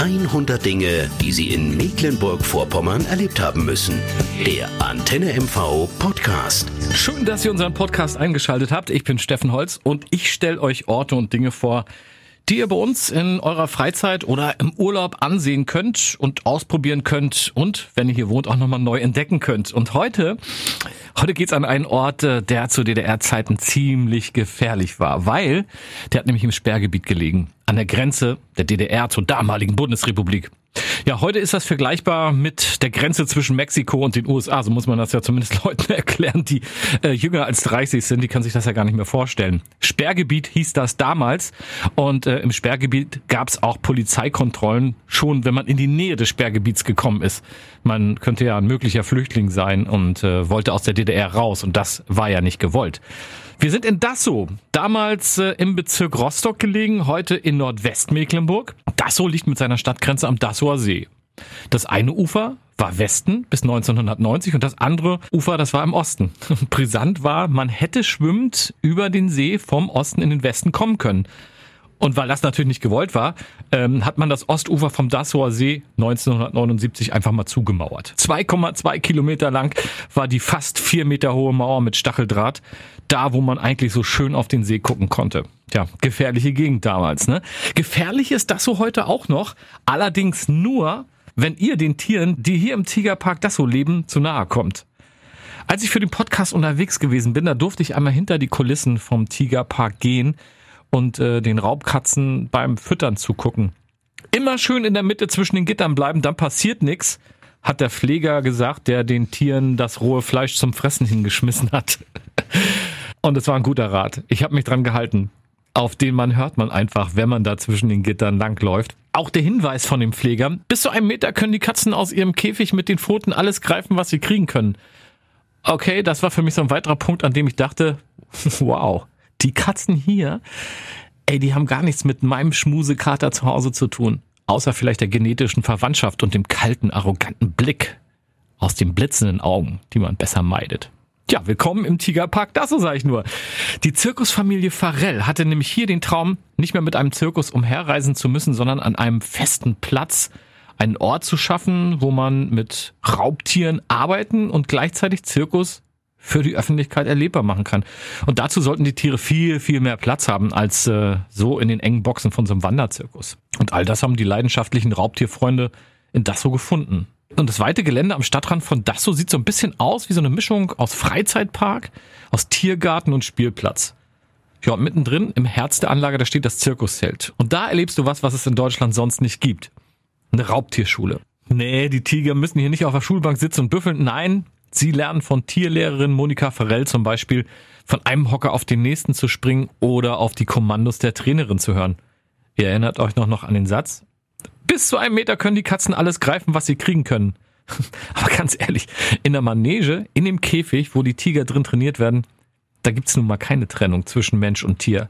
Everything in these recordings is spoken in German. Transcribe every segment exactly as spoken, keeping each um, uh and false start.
hundert Dinge, die Sie in Mecklenburg-Vorpommern erlebt haben müssen. Der Antenne M V Podcast. Schön, dass ihr unseren Podcast eingeschaltet habt. Ich bin Steffen Holz und ich stelle euch Orte und Dinge vor, die ihr bei uns in eurer Freizeit oder im Urlaub ansehen könnt und ausprobieren könnt und, wenn ihr hier wohnt, auch nochmal neu entdecken könnt. Und heute, heute geht's an einen Ort, der zu D D R-Zeiten ziemlich gefährlich war, weil der hat nämlich im Sperrgebiet gelegen, an der Grenze der D D R zur damaligen Bundesrepublik. Ja, heute ist das vergleichbar mit der Grenze zwischen Mexiko und den U S A. So muss man das ja zumindest Leuten erklären, die äh, jünger als dreißig sind. Die können sich das ja gar nicht mehr vorstellen. Sperrgebiet hieß das damals. Und äh, im Sperrgebiet gab es auch Polizeikontrollen, schon wenn man in die Nähe des Sperrgebiets gekommen ist. Man könnte ja ein möglicher Flüchtling sein und äh, wollte aus der D D R raus. Und das war ja nicht gewollt. Wir sind in Dassow, damals äh, im Bezirk Rostock gelegen, heute in Nordwestmecklenburg. Dassow liegt mit seiner Stadtgrenze am Dassower See. Das eine Ufer war Westen bis neunzehnhundertneunzig und das andere Ufer, das war im Osten. Brisant war, man hätte schwimmend über den See vom Osten in den Westen kommen können. Und weil das natürlich nicht gewollt war, ähm, hat man das Ostufer vom Dassower See neunzehnhundertneunundsiebzig einfach mal zugemauert. zwei Komma zwei Kilometer lang war die fast vier Meter hohe Mauer mit Stacheldraht, da wo man eigentlich so schön auf den See gucken konnte. Tja, gefährliche Gegend damals, ne? Gefährlich ist Dassow heute auch noch, allerdings nur, wenn ihr den Tieren, die hier im Tigerpark Dassow leben, zu nahe kommt. Als ich für den Podcast unterwegs gewesen bin, da durfte ich einmal hinter die Kulissen vom Tigerpark gehen und äh, den Raubkatzen beim Füttern zugucken. Immer schön in der Mitte zwischen den Gittern bleiben, dann passiert nichts, hat der Pfleger gesagt, der den Tieren das rohe Fleisch zum Fressen hingeschmissen hat. Und es war ein guter Rat. Ich habe mich dran gehalten. Auf den Mann hört man einfach, wenn man da zwischen den Gittern langläuft. Auch der Hinweis von dem Pfleger: bis zu einem Meter können die Katzen aus ihrem Käfig mit den Pfoten alles greifen, was sie kriegen können. Okay, das war für mich so ein weiterer Punkt, an dem ich dachte, wow, die Katzen hier, ey, die haben gar nichts mit meinem Schmusekater zu Hause zu tun. Außer vielleicht der genetischen Verwandtschaft und dem kalten, arroganten Blick aus den blitzenden Augen, die man besser meidet. Ja, willkommen im Tigerpark Dassow, sag ich nur. Die Zirkusfamilie Farrell hatte nämlich hier den Traum, nicht mehr mit einem Zirkus umherreisen zu müssen, sondern an einem festen Platz einen Ort zu schaffen, wo man mit Raubtieren arbeiten und gleichzeitig Zirkus für die Öffentlichkeit erlebbar machen kann. Und dazu sollten die Tiere viel, viel mehr Platz haben als äh, so in den engen Boxen von so einem Wanderzirkus. Und all das haben die leidenschaftlichen Raubtierfreunde in Dassow gefunden. Und das weite Gelände am Stadtrand von Dassow sieht so ein bisschen aus wie so eine Mischung aus Freizeitpark, aus Tiergarten und Spielplatz. Ja, und mittendrin im Herz der Anlage, da steht das Zirkuszelt. Und da erlebst du was, was es in Deutschland sonst nicht gibt. Eine Raubtierschule. Nee, die Tiger müssen hier nicht auf der Schulbank sitzen und büffeln. Nein, sie lernen von Tierlehrerin Monika Farrell zum Beispiel, von einem Hocker auf den nächsten zu springen oder auf die Kommandos der Trainerin zu hören. Ihr erinnert euch noch, noch an den Satz? Bis zu einem Meter können die Katzen alles greifen, was sie kriegen können. Aber ganz ehrlich, in der Manege, in dem Käfig, wo die Tiger drin trainiert werden, da gibt's nun mal keine Trennung zwischen Mensch und Tier.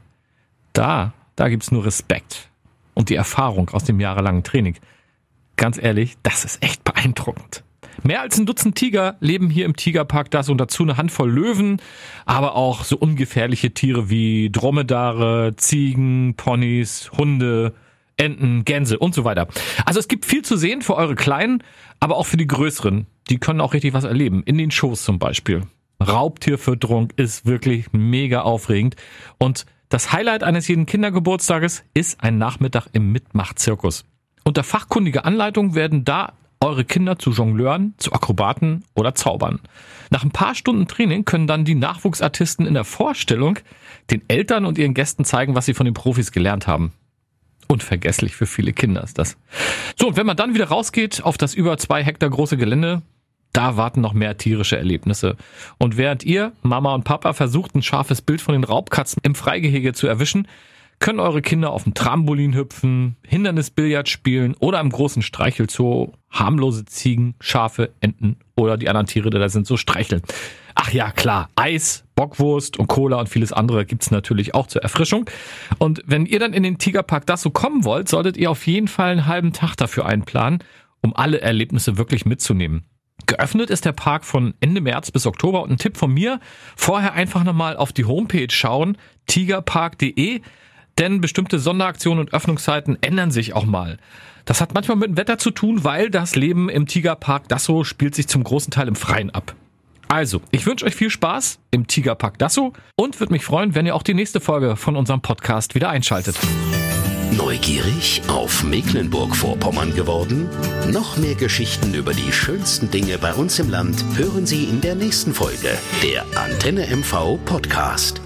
Da, da gibt's nur Respekt und die Erfahrung aus dem jahrelangen Training. Ganz ehrlich, das ist echt beeindruckend. Mehr als ein Dutzend Tiger leben hier im Tigerpark Dassow und dazu eine Handvoll Löwen, aber auch so ungefährliche Tiere wie Dromedare, Ziegen, Ponys, Hunde, Enten, Gänse und so weiter. Also es gibt viel zu sehen für eure Kleinen, aber auch für die Größeren. Die können auch richtig was erleben, in den Shows zum Beispiel. Raubtierfütterung ist wirklich mega aufregend und das Highlight eines jeden Kindergeburtstages ist ein Nachmittag im Mitmachzirkus. Unter fachkundiger Anleitung werden da eure Kinder zu Jongleuren, zu Akrobaten oder Zaubern. Nach ein paar Stunden Training können dann die Nachwuchsartisten in der Vorstellung den Eltern und ihren Gästen zeigen, was sie von den Profis gelernt haben. Unvergesslich für viele Kinder ist das. So, und wenn man dann wieder rausgeht auf das über zwei Hektar große Gelände, da warten noch mehr tierische Erlebnisse. Und während ihr, Mama und Papa, versucht, ein scharfes Bild von den Raubkatzen im Freigehege zu erwischen, können eure Kinder auf dem Trampolin hüpfen, Hindernisbillard spielen oder im großen Streichelzoo harmlose Ziegen, Schafe, Enten oder die anderen Tiere, die da sind, so streicheln. Ach ja, klar, Eis, Bockwurst und Cola und vieles andere gibt's natürlich auch zur Erfrischung. Und wenn ihr dann in den Tigerpark Dassow kommen wollt, solltet ihr auf jeden Fall einen halben Tag dafür einplanen, um alle Erlebnisse wirklich mitzunehmen. Geöffnet ist der Park von Ende März bis Oktober und ein Tipp von mir, vorher einfach nochmal auf die Homepage schauen, tigerpark punkt de. Denn bestimmte Sonderaktionen und Öffnungszeiten ändern sich auch mal. Das hat manchmal mit dem Wetter zu tun, weil das Leben im Tigerpark Dassow spielt sich zum großen Teil im Freien ab. Also, ich wünsche euch viel Spaß im Tigerpark Dassow und würde mich freuen, wenn ihr auch die nächste Folge von unserem Podcast wieder einschaltet. Neugierig auf Mecklenburg-Vorpommern geworden? Noch mehr Geschichten über die schönsten Dinge bei uns im Land hören Sie in der nächsten Folge der Antenne M V Podcast.